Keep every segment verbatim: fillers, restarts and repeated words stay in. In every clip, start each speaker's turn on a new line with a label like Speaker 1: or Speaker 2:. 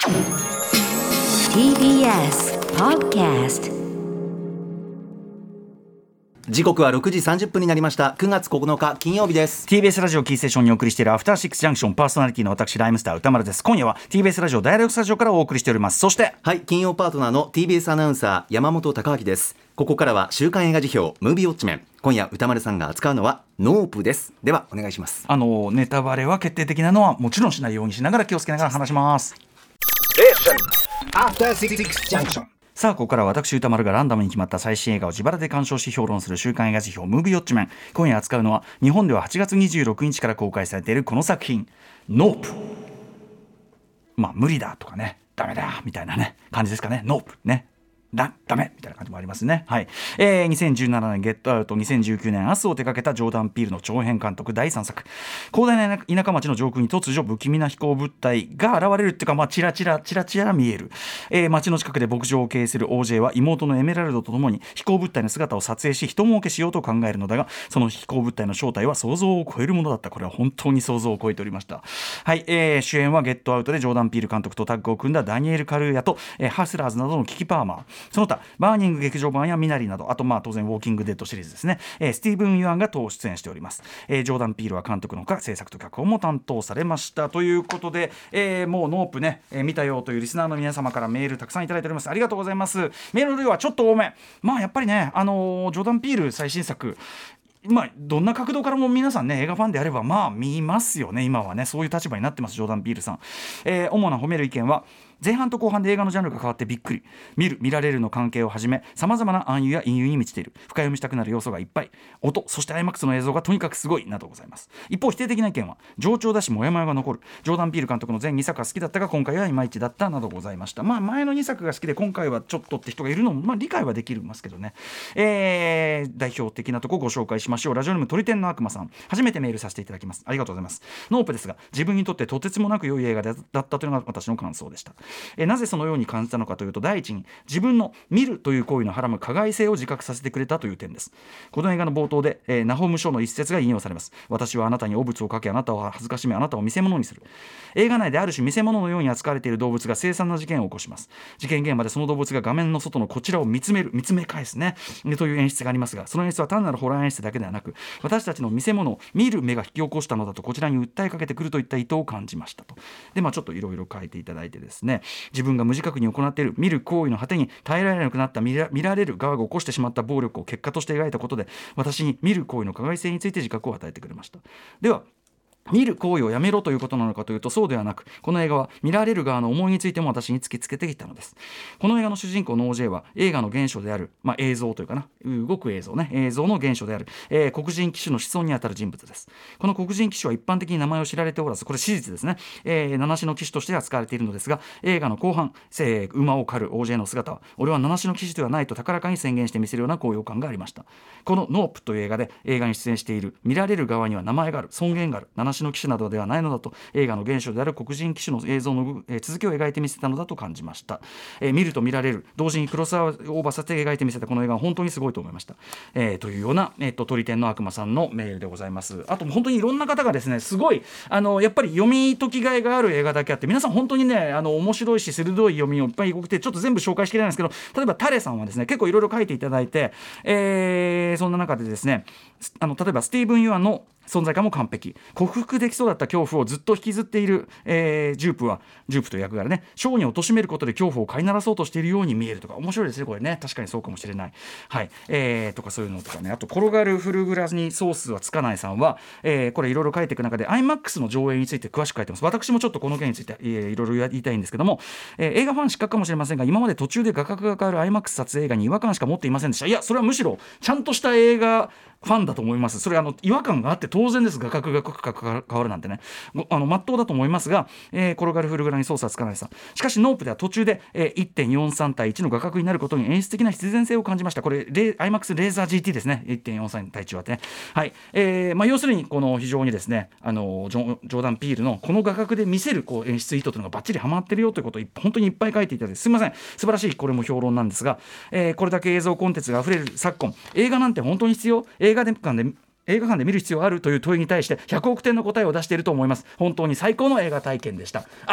Speaker 1: ティービーエス Podcast。
Speaker 2: 時刻はろくじさんじゅっぷんになりました。くがつここのか金曜日です。
Speaker 3: ティービーエス ラジオキーステーションにお送りしているアフターシックスジャンクション、パーソナリティの私ライムスター歌丸です。今夜は ティービーエス ラジオダイレクトスタジオからお送りしております。そして
Speaker 2: はい、金曜パートナーの ティービーエス アナウンサー山本貴明です。ここからは週刊映画辞表ムービーウォッチメン。今夜歌丸さんが扱うのはノープです。ではお願いします。
Speaker 3: あのネタバレは決定的なのはもちろんしないようにしながら気をつけながら話します。
Speaker 4: アフターシックスジャンクション。
Speaker 3: さあここから私歌丸がランダムに決まった最新映画を自腹で鑑賞し評論する週刊映画辞表ムービーウォッチメン。今夜扱うのは日本でははちがつにじゅうろくにちから公開されているこの作品ノープ。まあ無理だとかね、ダメだみたいなね感じですかね。ノープね、だダメみたいな感じもありますね。はい、えー、にせんじゅうななねんゲットアウト、にせんじゅうきゅうねんアスを手掛けたジョーダン・ピールの長編監督だいさんさく。広大な田舎町の上空に突如不気味な飛行物体が現れるっていうか、まあチラチラチラチラ見える、えー、町の近くで牧場を経営する オージェー は妹のエメラルドと共に飛行物体の姿を撮影し人儲けしようと考えるのだが、その飛行物体の正体は想像を超えるものだった。これは本当に想像を超えておりました。はい、えー、主演はゲットアウトでジョーダン・ピール監督とタッグを組んだダニエル・カルーヤと、えー、ハスラーズなどのキキ・パーマー、その他バーニング劇場版やミナリなど、あとまあ当然ウォーキングデッドシリーズですね、えー、スティーブン・ユアンが当出演しております。えー、ジョーダン・ピールは監督のほか制作と脚本も担当されましたということで、えー、もうノープね、えー、見たよというリスナーの皆様からメールたくさんいただいております。ありがとうございます。メールの量はちょっと多め。まあやっぱりね、あのー、ジョーダン・ピール最新作、まあ、どんな角度からも皆さんね映画ファンであればまあ見ますよね。今はねそういう立場になってますジョーダン・ピールさん。えー、主な褒める意見は、前半と後半で映画のジャンルが変わってびっくり、見る見られるの関係をはじめさまざまな暗喩や隠喩に満ちている、深読みしたくなる要素がいっぱい、音、そして アイマックス の映像がとにかくすごいなどございます。一方否定的な意見は、冗長だしモヤモヤが残る、ジョーダン・ピール監督の全にさくが好きだったが今回はいまいちだったなどございました。まあ前のにさくが好きで今回はちょっとって人がいるのもまあ理解はできますけどね。えー、代表的なところご紹介しましょう。ラジオネーム鳥天の悪魔さん、初めてメールさせていただきます。ありがとうございます。ノープですが自分にとってとてつもなく良い映画だったというのが私の感想でした。えー、なぜそのように感じたのかというと、第一に自分の見るという行為のはらむ加害性を自覚させてくれたという点です。この映画の冒頭で、えー、ナホム書の一節が引用されます。私はあなたに汚物をかけ、あなたを恥ずかしめ、あなたを見せ物にする。映画内である種見せ物のように扱われている動物が凄惨な事件を起こします。事件現場でその動物が画面の外のこちらを見つめる見つめ返すねという演出がありますが、その演出は単なるホラー演出だけではなく、私たちの見せ物を見る目が引き起こしたのだとこちらに訴えかけてくるといった意図を感じましたと。でまあちょっといろいろ書いていただいてですね、自分が無自覚に行っている見る行為の果てに耐えられなくなった見 ら, 見られる側が起こしてしまった暴力を結果として描いたことで、私に見る行為の加害性について自覚を与えてくれました。では見る行為をやめろということなのかというとそうではなく、この映画は見られる側の思いについても私に突きつけてきたのです。この映画の主人公の オージェー は映画の原初である、まあ、映像というかな動く映像ね映像の原初である、えー、黒人騎手の子孫にあたる人物です。この黒人騎手は一般的に名前を知られておらず、これ史実ですね、えー、七種の騎手として扱われているのですが、映画の後半、えー、馬を狩る オージェー の姿は俺は七種の騎手ではないと高らかに宣言してみせるような高揚感がありました。このノープという映画で映画に出演している見られる側には名前がある、尊厳がある七種の騎手などではないのだと、映画の原初である黒人騎手の映像の、えー、続きを描いてみせたのだと感じました。えー、見ると見られる、同時にクロスオーバーさせて描いてみせたこの映画は本当にすごいと思いました。えー、というような、えー、と鳥天の悪魔さんのメールでございます。あと本当にいろんな方がですね、すごいあのやっぱり読み解きがいがある映画だけあって、皆さん本当にねあの面白いし鋭い読みをいっぱい動きて、ちょっと全部紹介しきれないんですけど、例えばタレさんはですね結構いろいろ書いていただいて、えー、そんな中でですね、あの例えばスティーブン・ユアンの存在感も完璧、克服できそうだった恐怖をずっと引きずっている、えー、ジュープはジュープという役柄ね、ショーに貶めることで恐怖を飼いならそうとしているように見えるとか、面白いですねこれね、確かにそうかもしれない、はいえー、とかそういうのとかね。あと転がるフルグラスにソースはつかないさんは、えー、これいろいろ書いていく中で アイマックス の上映について詳しく書いてます。私もちょっとこの件について、えー、いろいろ言いたいんですけども、えー、映画ファン失格かもしれませんが、今まで途中で画角が変わる アイマックス 撮影映画に違和感しか持っていませんでした。いやそれはむしろちゃんとした映画ファンだと思います。それあの違和感があって当然です。画角が変わるなんてね、あの真っ当だと思いますが、えー、転がるフルグラに操作はつかないさ。しかしノープでは途中で、えー、いってんよんさん 対いちの画角になることに演出的な必然性を感じました。これ アイマックス レーザー ジーティー ですね。 いってんよんさん 対いちはね、はいえーまあ、要するにこの非常にですねあのジョ、ジョーダン・ピールのこの画角で見せるこう演出意図というのがバッチリハマってるよということを本当にいっぱい書いていただいてすみません。素晴らしいこれも評論なんですが、えー、これだけ映像コンテンツがあふれる昨今、映画なんて本当に必要、映画館で映画館で見る必要あるという問いに対してひゃくおくてんの答えを出していると思います。本当に最高の映画体験でした。あ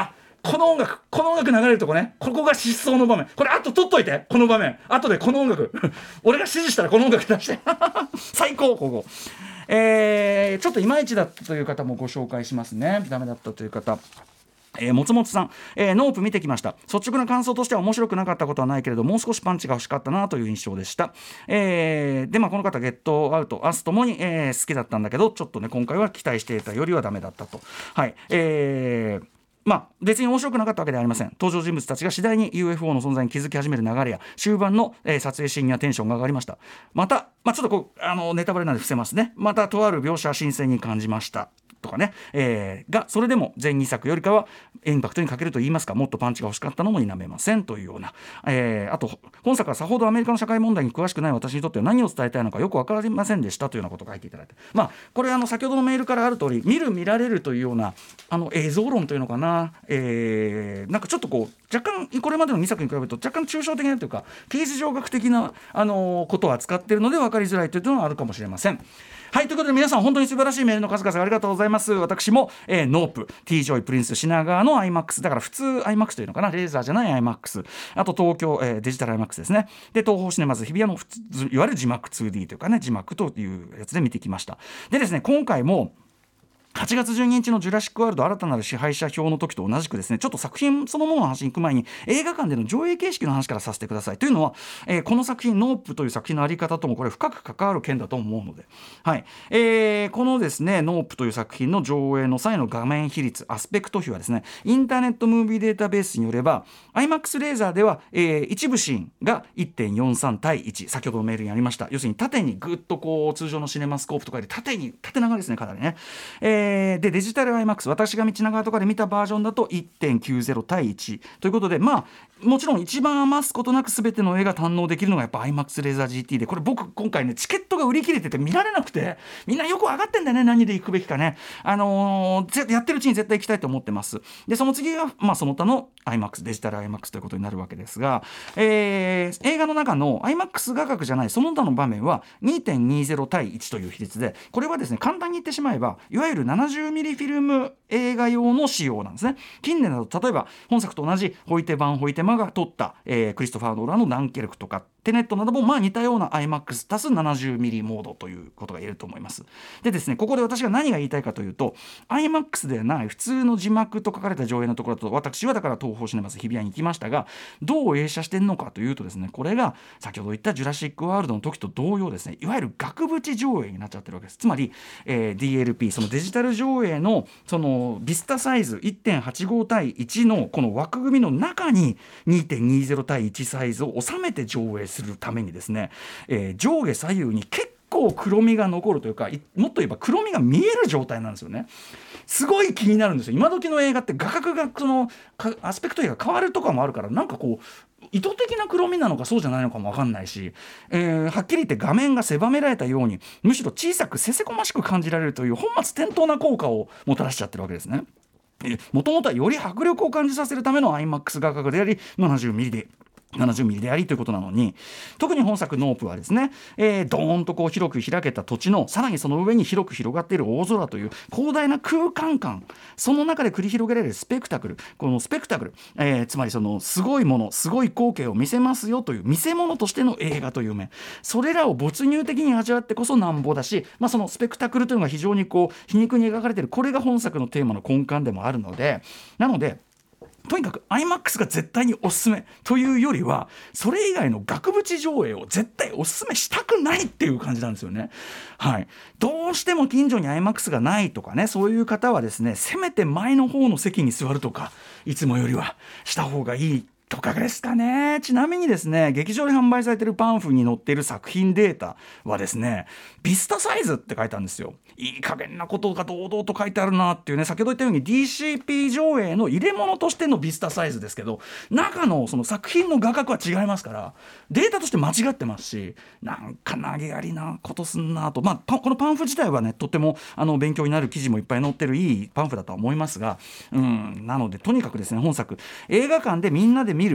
Speaker 3: この音楽この音楽流れるとこね、ここが失踪の場面、これあと撮っといて、この場面後でこの音楽俺が指示したらこの音楽出して最高ここ。えー、ちょっといまいちだったという方もご紹介しますね。ダメだったという方、えー、もつもつさん、えー、ノープ見てきました。率直な感想としては面白くなかったことはないけれどもう少しパンチが欲しかったなという印象でした。えー、でまあこの方ゲットアウトアスともに、えー、好きだったんだけどちょっとね今回は期待していたよりはダメだったと。はい、えーまあ、別に面白くなかったわけではありません。登場人物たちが次第に ユーエフオー の存在に気づき始める流れや終盤の、えー、撮影シーンにはテンションが上がりました。また、まあ、ちょっとこうあのネタバレなんで伏せますね。またとある描写新鮮に感じましたとかね、えー、がそれでも全にさくよりかはインパクトに欠けると言いますか、もっとパンチが欲しかったのも否めませんというような、えー、あと本作はさほどアメリカの社会問題に詳しくない私にとっては何を伝えたいのかよく分かりませんでしたというようなことを書いていただいて、まあこれあの先ほどのメールからある通り見る見られるというようなあの映像論というのかな、えー、なんかちょっとこう若干これまでのにさくに比べると若干抽象的なというか刑事上学的な、あのー、ことを扱っているので分かりづらいというのはあるかもしれません。はい、ということで皆さん本当に素晴らしいメールの数々ありがとうございます。私も、えー、ノープ T ジョイプリンス品川の アイマックス だから普通 アイマックス というのかな、レーザーじゃない アイマックス、 あと東京、えー、デジタル アイマックス ですね。で東宝シネマズ日比谷の普通いわゆる字幕 ツーディー というかね字幕というやつで見てきました。でですね今回もはちがつじゅうににちのジュラシックワールド新たなる支配者表の時と同じくですねちょっと作品そのものの話に行く前に映画館での上映形式の話からさせてください。というのは、えー、この作品ノープという作品のあり方ともこれ深く関わる件だと思うので、はいえー、このですねノープという作品の上映の際の画面比率アスペクト比はですねインターネットムービーデータベースによれば アイマックス レーザーでは、えー、一部シーンが いってんよんさん 対いち、先ほどのメールにありました要するに縦にぐっとこう通常のシネマスコープとかより縦に縦長ですねかなりね、えー、でデジタルアイマックス 私が道長とかで見たバージョンだと いってんきゅうぜろ 対いちということで、まあもちろん一番余すことなく全ての絵が堪能できるのがやっぱ アイマックス レーザー ジーティー で、これ僕今回ねチケットが売り切れてて見られなくて、みんなよく分かってんだよね何で行くべきかね、あのー、やってるうちに絶対行きたいと思ってます。でその次が、まあ、その他の アイマックス デジタル アイマックス ということになるわけですが、えー、映画の中の アイマックス 画角じゃないその他の場面は にてんにぜろ 対いちという比率で、これはですね簡単に言ってしまえばいわゆる ななじゅうミリ フィルム映画用の仕様なんですね。近年だと例えば本作と同じホイテ版ホイテマが撮った、えー、クリストファー・ノーランのダンケルクとかテネットなどもまあ似たような アイマックス 足す ななじゅうミリ モードということが言えると思います。でですねここで私が何が言いたいかというと アイマックス ではない普通の字幕と書かれた上映のところだと私はだから東宝シネマズ日比谷に行きましたが、どう映写してんのかというとですねこれが先ほど言ったジュラシックワールドの時と同様ですねいわゆる額縁上映になっちゃってるわけです。つまり、えー、ディーエルピー そのデジタル上映のそのビスタサイズ いってんはちご 対いちのこの枠組みの中に にてんにぜろ 対いちサイズを収めて上映するためにですね、えー、上下左右に結構黒みが残るというかもっと言えば黒みが見える状態なんですよね。すごい気になるんですよ。今時の映画って画角がそのアスペクト比が変わるとかもあるからなんかこう意図的な黒みなのかそうじゃないのかも分かんないし、えー、はっきり言って画面が狭められたようにむしろ小さくせせこましく感じられるという本末転倒な効果をもたらしちゃってるわけですね。もともとはより迫力を感じさせるための アイマックス 画角であり ななじゅうミリ でななじゅうミリでありということなのに、特に本作ノープはですね、えー、ドーンとこう広く開けた土地のさらにその上に広く広がっている大空という広大な空間感、その中で繰り広げられるスペクタクル、このスペクタクル、えー、つまりそのすごいものすごい光景を見せますよという見せ物としての映画という面、それらを没入的に味わってこそなんぼだし、まあ、そのスペクタクルというのが非常にこう皮肉に描かれている、これが本作のテーマの根幹でもあるので、なのでとにかく アイマックス が絶対におすすめというよりはそれ以外の額縁上映を絶対おすすめしたくないっていう感じなんですよね。はい、どうしても近所に アイマックス がないとかね、そういう方はですねせめて前の方の席に座るとかいつもよりはした方がいいとかですかね。ちなみにですね劇場で販売されているパンフに載っている作品データはですねビスタサイズって書いてあるんですよ。いい加減なことが堂々と書いてあるなっていうね、先ほど言ったように ディーシーピー 上映の入れ物としてのビスタサイズですけど、中のその作品の画角は違いますからデータとして間違ってますし、なんか投げやりなことすんなと、まあこのパンフ自体はねとってもあの勉強になる記事もいっぱい載ってるいいパンフだとは思いますが、うんなのでとにかくですね本作映画館でみんなで見る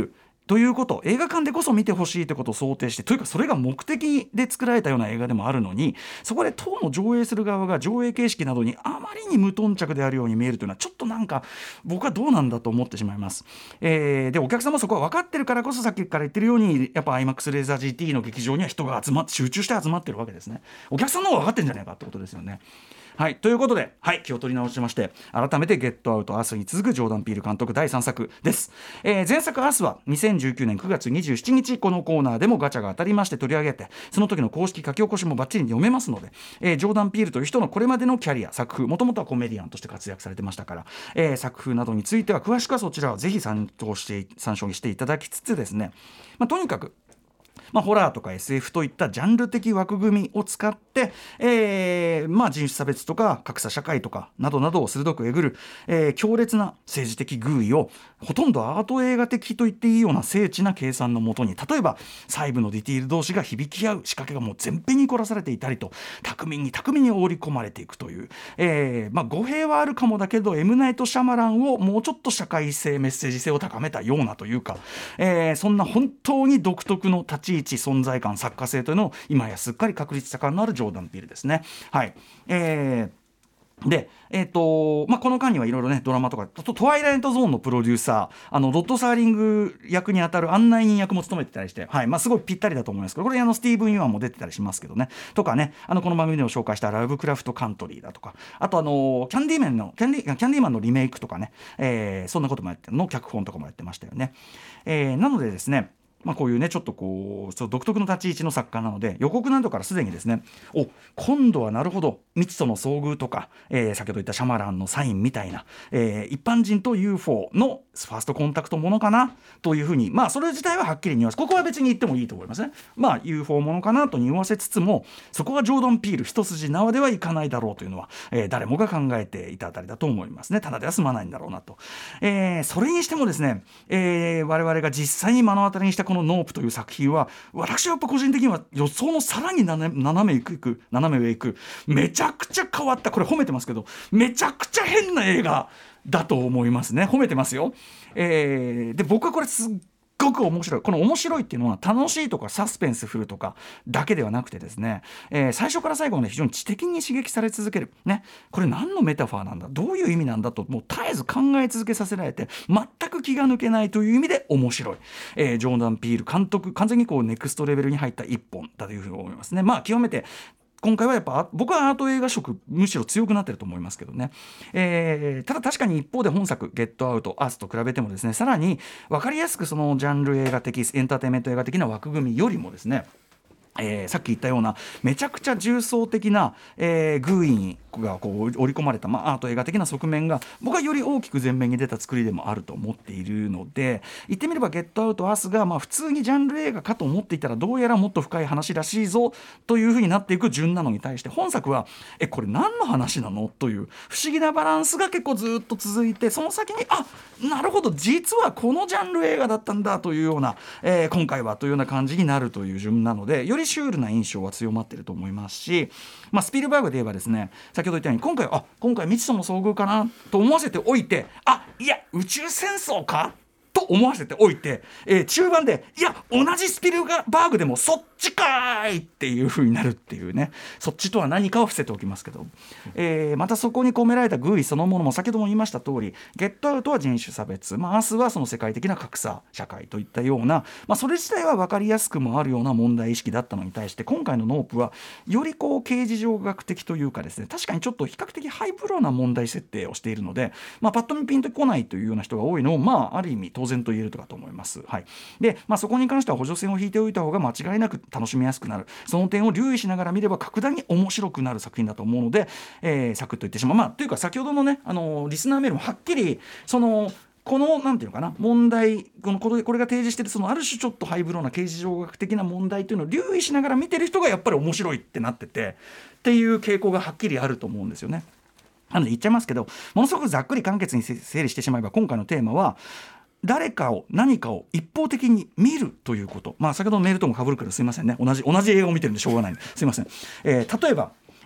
Speaker 3: ということ、映画館でこそ見てほしいということを想定して、というかそれが目的で作られたような映画でもあるのに、そこで当の上映する側が上映形式などにあまりに無頓着であるように見えるというのはちょっとなんか僕はどうなんだと思ってしまいます。えー、でお客さんもそこは分かってるからこそ、さっきから言ってるようにやっぱ アイマックス レーザー ジーティー の劇場には人が集まって集中して集まってるわけですね。お客さんの方が分かってるんじゃないかってことですよね。はい、ということで、はい、気を取り直しまして、改めてゲットアウトアースに続くジョーダン・ピール監督だいさんさくです。えー、前作アースはにせんじゅうきゅうねんくがつにじゅうしちにち、このコーナーでもガチャが当たりまして取り上げて、その時の公式書き起こしもバッチリ読めますので、えー、ジョーダン・ピールという人のこれまでのキャリア、作風、もともとはコメディアンとして活躍されてましたから、えー、作風などについては詳しくはそちらをぜひ参照して参照していただきつつですね、まあ、とにかくまあ、ホラーとか エスエフ といったジャンル的枠組みを使って、えーまあ、人種差別とか格差社会とかなどなどを鋭くえぐる、えー、強烈な政治的偶意をほとんどアート映画的と言っていいような精緻な計算のもとに、例えば細部のディティール同士が響き合う仕掛けがもう全編に凝らされていたりと、巧みに巧みに織り込まれていくという、えーまあ、語弊はあるかもだけど エム ナイト・シャマランをもうちょっと社会性メッセージ性を高めたようなというか、えー、そんな本当に独特の立ち位置、存在感、作家性というのを今やすっかり確立した感のあるジョーダン・ピールですね。はい、えーでえーとまあ、この間にはいろいろねドラマとか、トワイライトゾーンのプロデューサー、あのロッド・サーリング役にあたる案内人役も務めてたりして、はい、まあ、すごいぴったりだと思いますけど、これあのスティーブン・ユアンも出てたりしますけどね、とかね、あのこの番組でも紹介したラブクラフト・カントリーだとか、あとあのキャンディーマンのキャンディキャンディーマンのリメイクとかね、えー、そんなこともやっての脚本とかもやってましたよね。えー、なのでですね、まあ、こういうねちょっとこうそう独特の立ち位置の作家なので、予告などからすでにですね、お今度はなるほど未知との遭遇とか、えー、先ほど言ったシャマランのサインみたいな、えー、一般人と ユーフォー のファーストコンタクトものかなというふうに、まあそれ自体ははっきり匂わせ、ここは別に言ってもいいと思いますね。まあ ユーフォー ものかなと匂わせつつも、そこがジョーダン・ピール一筋縄ではいかないだろうというのは、えー、誰もが考えていたあたりだと思いますね。ただでは済まないんだろうなと、えー、それにしてもですね、えー、我々が実際に目の当たりにしたこのノープという作品は、私はやっぱ個人的には予想のさらに斜めいくいく斜め上いくめちゃくちゃ変わった、これ褒めてますけどめちゃくちゃ変な映画だと思いますね。褒めてますよ。えー、で僕はこれすっごく面白い、この面白いっていうのは楽しいとかサスペンスフルとかだけではなくてですね、えー、最初から最後まで非常に知的に刺激され続ける、ね、これ何のメタファーなんだ、どういう意味なんだともう絶えず考え続けさせられて全く気が抜けないという意味で面白い、えー、ジョーダン・ピール監督、完全にこうネクストレベルに入った一本だというふうに思いますね。まあ極めて今回はやっぱ僕はアート映画色むしろ強くなってると思いますけどね、えー、ただ確かに一方で本作ゲットアウトアースと比べてもですね、さらに分かりやすくそのジャンル映画的エンターテインメント映画的な枠組みよりもですね、えー、さっき言ったようなめちゃくちゃ重層的な、えー、グーインがこう織り込まれた、まあ、アート映画的な側面が僕はより大きく前面に出た作りでもあると思っているので、言ってみればゲットアウトアースがまあ普通にジャンル映画かと思っていたらどうやらもっと深い話らしいぞという風になっていく順なのに対して、本作はえこれ何の話なのという不思議なバランスが結構ずっと続いて、その先にあなるほど実はこのジャンル映画だったんだというような、えー、今回はというような感じになるという順なので、よりシュールな印象は強まっていると思いますし、まあ、スピルバーグで言えばですね、先ほど言ったように今回あ今回未知との遭遇かなと思わせておいて、あいや宇宙戦争かと思わせておいて、えー、中盤でいや同じスピルバーグでもそっちかーいっていう風になるっていうね、そっちとは何かを伏せておきますけど、えー、またそこに込められた寓意そのものも先ほども言いました通り、ゲットアウトは人種差別、まあ、アースはその世界的な格差社会といったような、まあ、それ自体は分かりやすくもあるような問題意識だったのに対して、今回のノープはよりこう刑事上学的というかですね、確かにちょっと比較的ハイブローな問題設定をしているので、まあ、パッと見ピンとこないというような人が多いのも、まあ、ある意味当然と言えるとかと思います。はい、で、まあ、そこに関しては補助線を引いておいた方が間違いなく楽しみやすくなる、その点を留意しながら見れば格段に面白くなる作品だと思うので、えー、サクッと言ってしまう、まあ、というか先ほどのねあのリスナーメールもはっきりそのこのなんていうのかな問題、このこれこれが提示しているそのある種ちょっとハイブローな刑事上学的な問題というのを留意しながら見てる人がやっぱり面白いってなっててっていう傾向がはっきりあると思うんですよね。なので言っちゃいますけど、ものすごくざっくり簡潔に整理してしまえば、今回のテーマは誰かを何かを一方的に見るということ、まあ先ほどのメールとも被るからすいませんね、同じ同じ映画を見てるんでしょうがないすいません、えー、例えば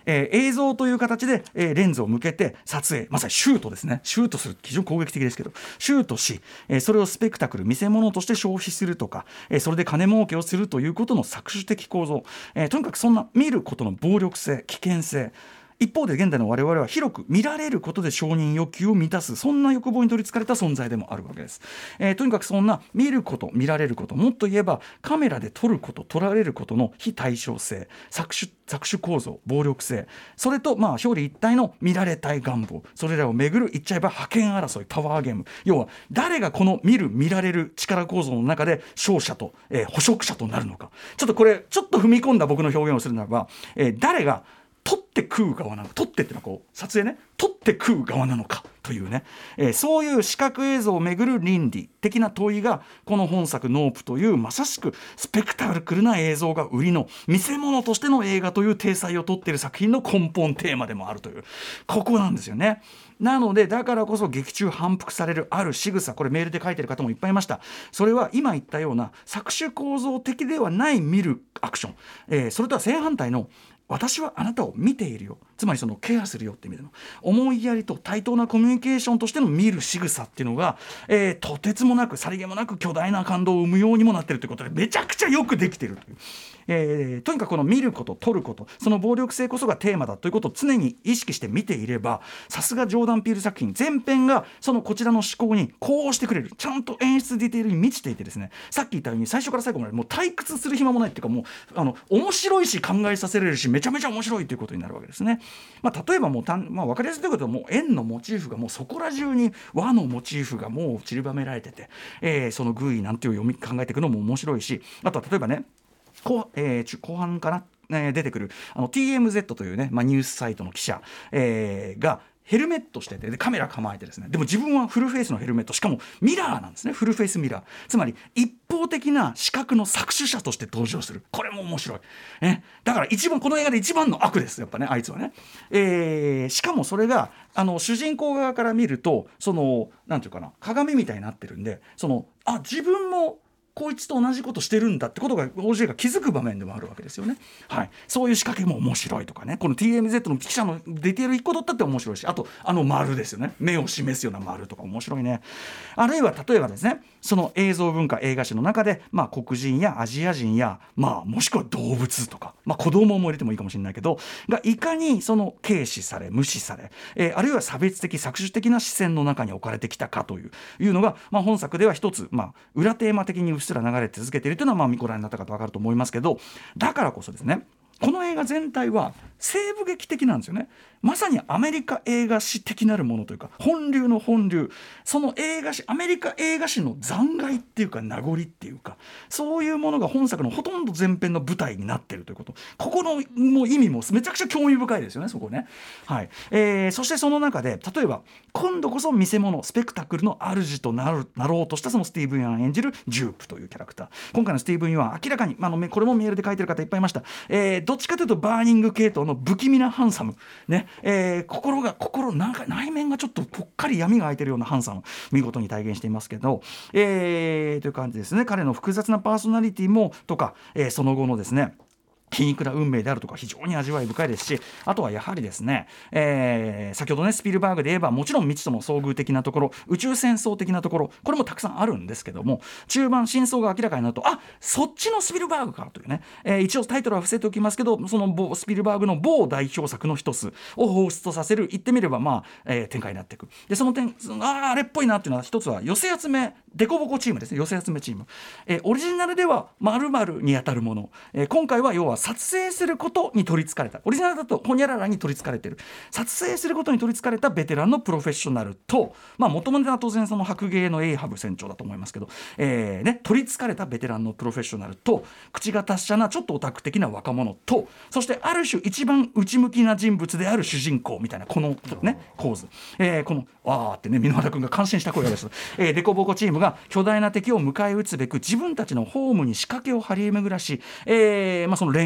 Speaker 3: えー、映像という形で、えー、レンズを向けて撮影、まさにシュートですね、シュートする、非常に攻撃的ですけどシュートし、えー、それをスペクタクル見せ物として消費するとか、えー、それで金儲けをするということの搾取的構造、えー、とにかくそんな見ることの暴力性、危険性、一方で現代の我々は広く見られることで承認欲求を満たす、そんな欲望に取りつかれた存在でもあるわけです、えー、とにかくそんな見ること、見られること、もっと言えばカメラで撮ること、撮られることの非対称性、搾取、搾取構造、暴力性、それとまあ表裏一体の見られたい願望、それらをめぐる言っちゃえば覇権争い、パワーゲーム、要は誰がこの見る見られる力構造の中で勝者と、えー、捕食者となるのか。ちょっとこれちょっと踏み込んだ僕の表現をするならば、えー、誰が撮って食う側なのか、撮ってってのはこう撮影ね、撮って食う側なのかというね、えー、そういう視覚映像をめぐる倫理的な問いがこの本作ノープというまさしくスペクタクルな映像が売りの見せ物としての映画という体裁を取っている作品の根本テーマでもあるという、ここなんですよね。なのでだからこそ劇中反復されるある仕草、これメールで書いてる方もいっぱいいました。それは今言ったような搾取構造的ではない見るアクション、えー、それとは正反対の私はあなたを見ているよ、つまりそのケアするよって意味での思いやりと対等なコミュニケーションとしての見る仕草っていうのが、えー、とてつもなくさりげもなく巨大な感動を生むようにもなっているということで、めちゃくちゃよくできているという、えー、とにかくこの見ること、撮ること、その暴力性こそがテーマだということを常に意識して見ていれば、さすがジョーダン・ピール作品全編がそのこちらの思考にこうしてくれる、ちゃんと演出ディテールに満ちていてですね、さっき言ったように最初から最後までもう退屈する暇もないっていうか、もうあの面白いし考えさせられるしめちゃめちゃ面白いということになるわけですね。まあ、例えばもうたん、まあ、分かりやすいということはもう円のモチーフがもうそこら中に和のモチーフがもう散りばめられてて、えー、その寓意なんていう読み考えていくのも面白いし、あとは例えばね後、えー、後半かな、えー、出てくるあの ティーエムゼット というね、まあ、ニュースサイトの記者、えー、がヘルメットしてて、でカメラ構えてですね、でも自分はフルフェイスのヘルメット、しかもミラーなんですね、フルフェイスミラー、つまり一方的な視覚の搾取者として登場する、これも面白い、ね、だから一番この映画で一番の悪ですやっぱね、あいつはね、えー、しかもそれがあの主人公側から見るとそのなんていうかな、鏡みたいになってるんで、そのあ自分もこいつと同じことしてるんだってことが オージェー が気づく場面でもあるわけですよね、はい、そういう仕掛けも面白いとかね、この ティーエムゼット の記者のディテールいっこ取ったって面白いし、あとあの丸ですよね、目を示すような丸とか面白いね。あるいは例えばですね、その映像文化映画史の中で、まあ、黒人やアジア人や、まあ、もしくは動物とか、まあ、子供も入れてもいいかもしれないけどがいかにその軽視され無視され、えー、あるいは差別的搾取的な視線の中に置かれてきたかといういうのが、まあ、本作では一つ、まあ、裏テーマ的にうっすら流れ続けているというのは、まあ、ご覧になった方分かると思いますけど、だからこそですね、この映画全体は西部劇的なんですよね。まさにアメリカ映画史的なるものというか、本流の本流、その映画史、アメリカ映画史の残骸っていうか名残っていうか、そういうものが本作のほとんど前編の舞台になっているということ、ここのもう意味もめちゃくちゃ興味深いですよね、そこね、はい。えー、そしてその中で例えば今度こそ見せ物スペクタクルの主となるなろうとしたそのスティーブン・ヤン演じるジュープというキャラクター、今回のスティーブン・ヤンは明らかに、まあ、のこれもメールで書いてる方いっぱいいました、えー、どっちかというとバーニング系統の不気味なハンサムね、えー、心が心なんか内面がちょっとぽっかり闇が開いてるようなハンサム見事に体現していますけど、えー、という感じですね。彼の複雑なパーソナリティもとか、えー、その後のですね皮肉な運命であるとか非常に味わい深いですし、あとはやはりですね、えー、先ほどねスピルバーグで言えばもちろん未知との遭遇的なところ、宇宙戦争的なところ、これもたくさんあるんですけども、中盤真相が明らかになると、あ、そっちのスピルバーグかというね、えー、一応タイトルは伏せておきますけど、そのスピルバーグの某代表作の一つを放出とさせる、言ってみればまあ、えー、展開になっていく。でその点、ああれっぽいなっていうのは一つは寄せ集めデコボコチームですね、寄せ集めチーム、えー、オリジナルでは〇〇に当たるもの、えー、今回は要は撮影することに取りつかれた、オリジナルだとホニャララに取りつかれている、撮影することに取りつかれたベテランのプロフェッショナルと、まあもともとは当然その白芸のエイハブ船長だと思いますけど、えーね、取りつかれたベテランのプロフェッショナルと、口が達者なちょっとオタク的な若者と、そしてある種一番内向きな人物である主人公みたいなこの、ね、構図、えー、このあーってね、箕輪田君が感心した声がです、えー、デコボコチームが巨大な敵を迎え撃つべく自分たちのホームに仕掛けを張り巡らし、えーまあ、その連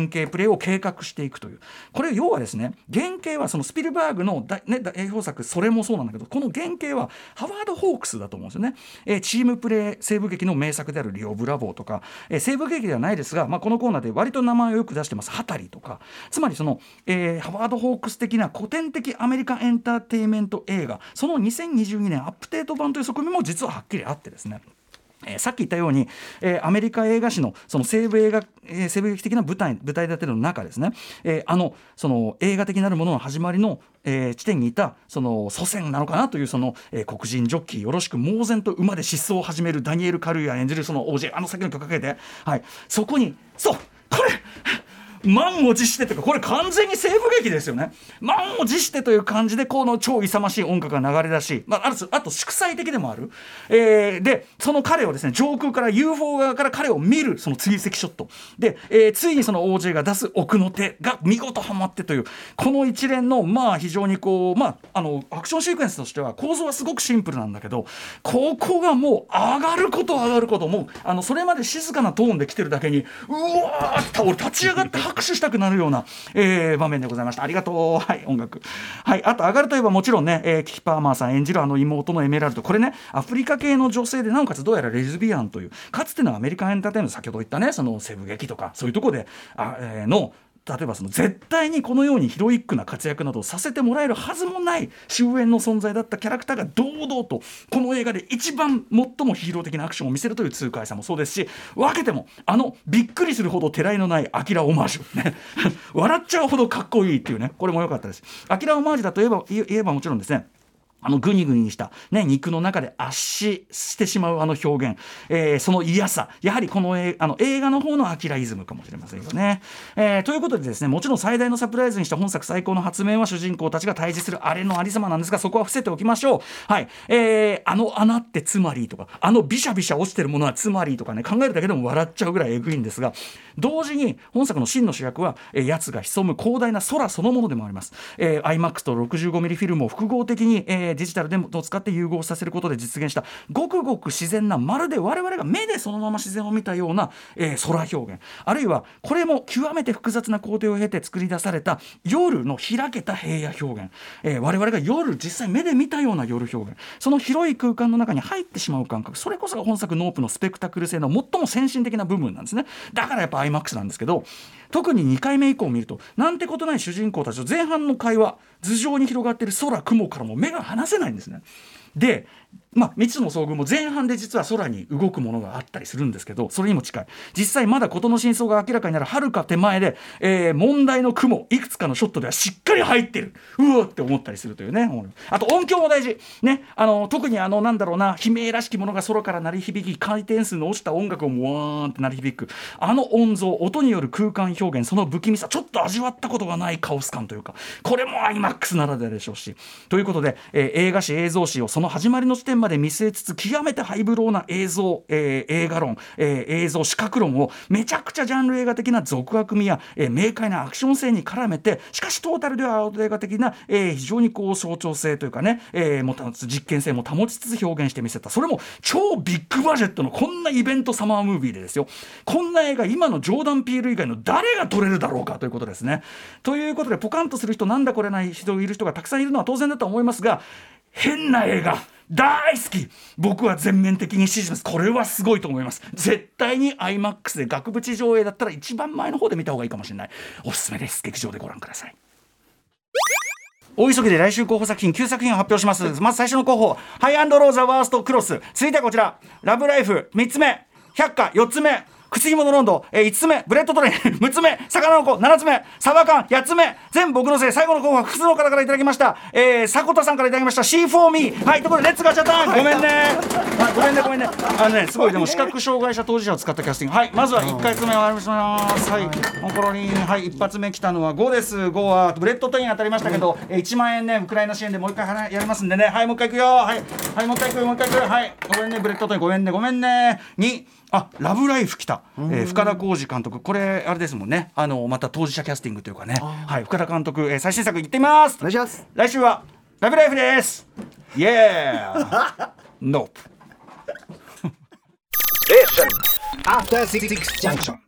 Speaker 3: 原型プレイを計画していくという、これ要はですね、原型はそのスピルバーグのだ、ね、代表作それもそうなんだけど、この原型はハワード・ホークスだと思うんですよね。えー、チームプレー西部劇の名作であるリオ・ブラボーとか、えー、西部劇ではないですが、まあ、このコーナーで割と名前をよく出してますハタリとか、つまりその、えー、ハワード・ホークス的な古典的アメリカエンターテインメント映画、そのにせんにじゅうにねんアップデート版という側面も実ははっきりあってですね、えー、さっき言ったように、えー、アメリカ映画史のその西部映画、えー、西部劇的な舞台舞台立ての中ですね、えー、あのその映画的なるものの始まりの、えー、地点にいたその祖先なのかなというその、えー、黒人ジョッキーよろしく猛然と馬で疾走を始めるダニエル・カルーア演じるその オージェー、 あの先の曲かけて、はい、そこにそうこれ満を持してというか、これ完全に西部劇ですよね。満を持してという感じでこの超勇ましい音楽が流れ出し、まあ、あるあと祝祭的でもある、えー、でその彼をですね、上空から ユーフォー 側から彼を見るその追跡ショットで、えー、ついにその オージェー が出す奥の手が見事ハマってという、この一連のまあ非常にこう、まあ、あのアクションシークエンスとしては構造はすごくシンプルなんだけど、ここがもう上がること上がることもうあのそれまで静かなトーンで来てるだけに、うわーって俺立ち上がって拍手したくなるような、えー、場面でございました。ありがとう。はい、音楽。はい、あと上がるといえばもちろんね、えー、キキ・パーマーさん演じるあの妹のエメラルド、これねアフリカ系の女性でなおかつどうやらレズビアンという、かつてのアメリカンエンターテインメント、先ほど言ったねその西部劇とかそういうところであ、えー、の例えばその絶対にこのようにヒロイックな活躍などをさせてもらえるはずもない終焉の存在だったキャラクターが堂々とこの映画で一番最もヒーロー的なアクションを見せるという痛快さもそうですし、分けてもあのびっくりするほどてらいのないアキラオマージュ、ね、笑っちゃうほどかっこいいっていうね、これも良かったです。アキラオマージュだと言えば、言えばもちろんですね、あのグニグニした、ね、肉の中で圧死してしまうあの表現、えー、その嫌さ、やはりこの、えあの映画の方のアキライズムかもしれませんよね、えー、ということでですね、もちろん最大のサプライズにした本作最高の発明は主人公たちが対峙するあれのありさまなんですが、そこは伏せておきましょう。はい、えー、あの穴ってつまりとか、あのビシャビシャ落ちてるものはつまりとかね、考えるだけでも笑っちゃうぐらいエグいんですが、同時に本作の真の主役は、えー、やつが潜む広大な空そのものでもあります。えー、アイマックス と ろくじゅうごミリ フィルムを複合的に、えーデジタルでも使って融合させることで実現したごくごく自然な、まるで我々が目でそのまま自然を見たような、えー、空表現、あるいはこれも極めて複雑な工程を経て作り出された夜の開けた平野表現、えー、我々が夜実際目で見たような夜表現、その広い空間の中に入ってしまう感覚、それこそが本作ノープのスペクタクル性の最も先進的な部分なんですね。だからやっぱ アイマックス なんですけど、特ににかいめ以降を見るとなんてことない主人公たちの前半の会話、頭上に広がっている空雲からも目が離せないんですね。で、まあ、未知の遭遇も前半で実は空に動くものがあったりするんですけど、それにも近い、実際まだ事の真相が明らかになるはるか手前で、えー、問題の雲いくつかのショットではしっかり入ってる、うわって思ったりするというね。あと音響も大事、ね、あの特にあのなんだろうな、悲鳴らしきものが空から鳴り響き、回転数の落ちた音楽をもわーんって鳴り響くあの音像、音による空間表現、その不気味さ、ちょっと味わったことがないカオス感というか、これも アイマックス ならではでしょうし、ということで、えー、映画史映像史をその始まりの時点まで見据えつつ、極めてハイブローな映像、えー、映画論、えー、映像視覚論をめちゃくちゃジャンル映画的な俗悪味や、えー、明快なアクション性に絡めて、しかしトータルではアウト映画的な、えー、非常にこう象徴性というかね、えー、もたつ実験性も保ちつつ表現してみせた、それも超ビッグバジェットのこんなイベントサマームービーでですよ、こんな映画今のジョーダン・ピール以外の誰が撮れるだろうかということですね。ということでポカンとする人、なんだこれない人いる人がたくさんいるのは当然だと思いますが、変な映画大好き、僕は全面的に支持します。これはすごいと思います。絶対に アイマックス で額縁上映だったら一番前の方で見た方がいいかもしれない。おすすめです。劇場でご覧ください。大急ぎで来週候補作品きゅうさく品を発表します。まず最初の候補、ハイアンドローザワーストクロス、続いてはこちらラブライフ、みっつめ百花、よっつめ靴紐のロンド、えー、いつつめブレッドトレイン、むっつめ魚の子、ななつめサバ缶、やっつめ全部僕のせい。最後の候補は複数の方からいただきました、えー、迫田さんからいただきました シーフォーミー。 はい、ということでレッツガチャタン、ごめんね、はい、ごめんねごめんねあのねすごい、でも視覚障害者当事者を使ったキャスティング。はい、まずはいっかいつめお願いします。はい、コンコロリン、はい、一発目来たのはごです。ごはブレッドトレイン当たりましたけど、えー、いちまんえんねウクライナ支援でもう一回やりますんでね。はい、もう一回いくよ、はい、はい、もう一回いくもう一回いくはい、ごめんねブレッドトレイン、ごめんねごめんねに、あ、ラブライフ来た、えー、深田浩二監督、これあれですもんね、あのまた当事者キャスティングというかね、はい、深田監督、えー、最新作いってみます。
Speaker 2: お願いします。
Speaker 3: 来週はラブライフです。イエーノープ
Speaker 4: After Six Junction.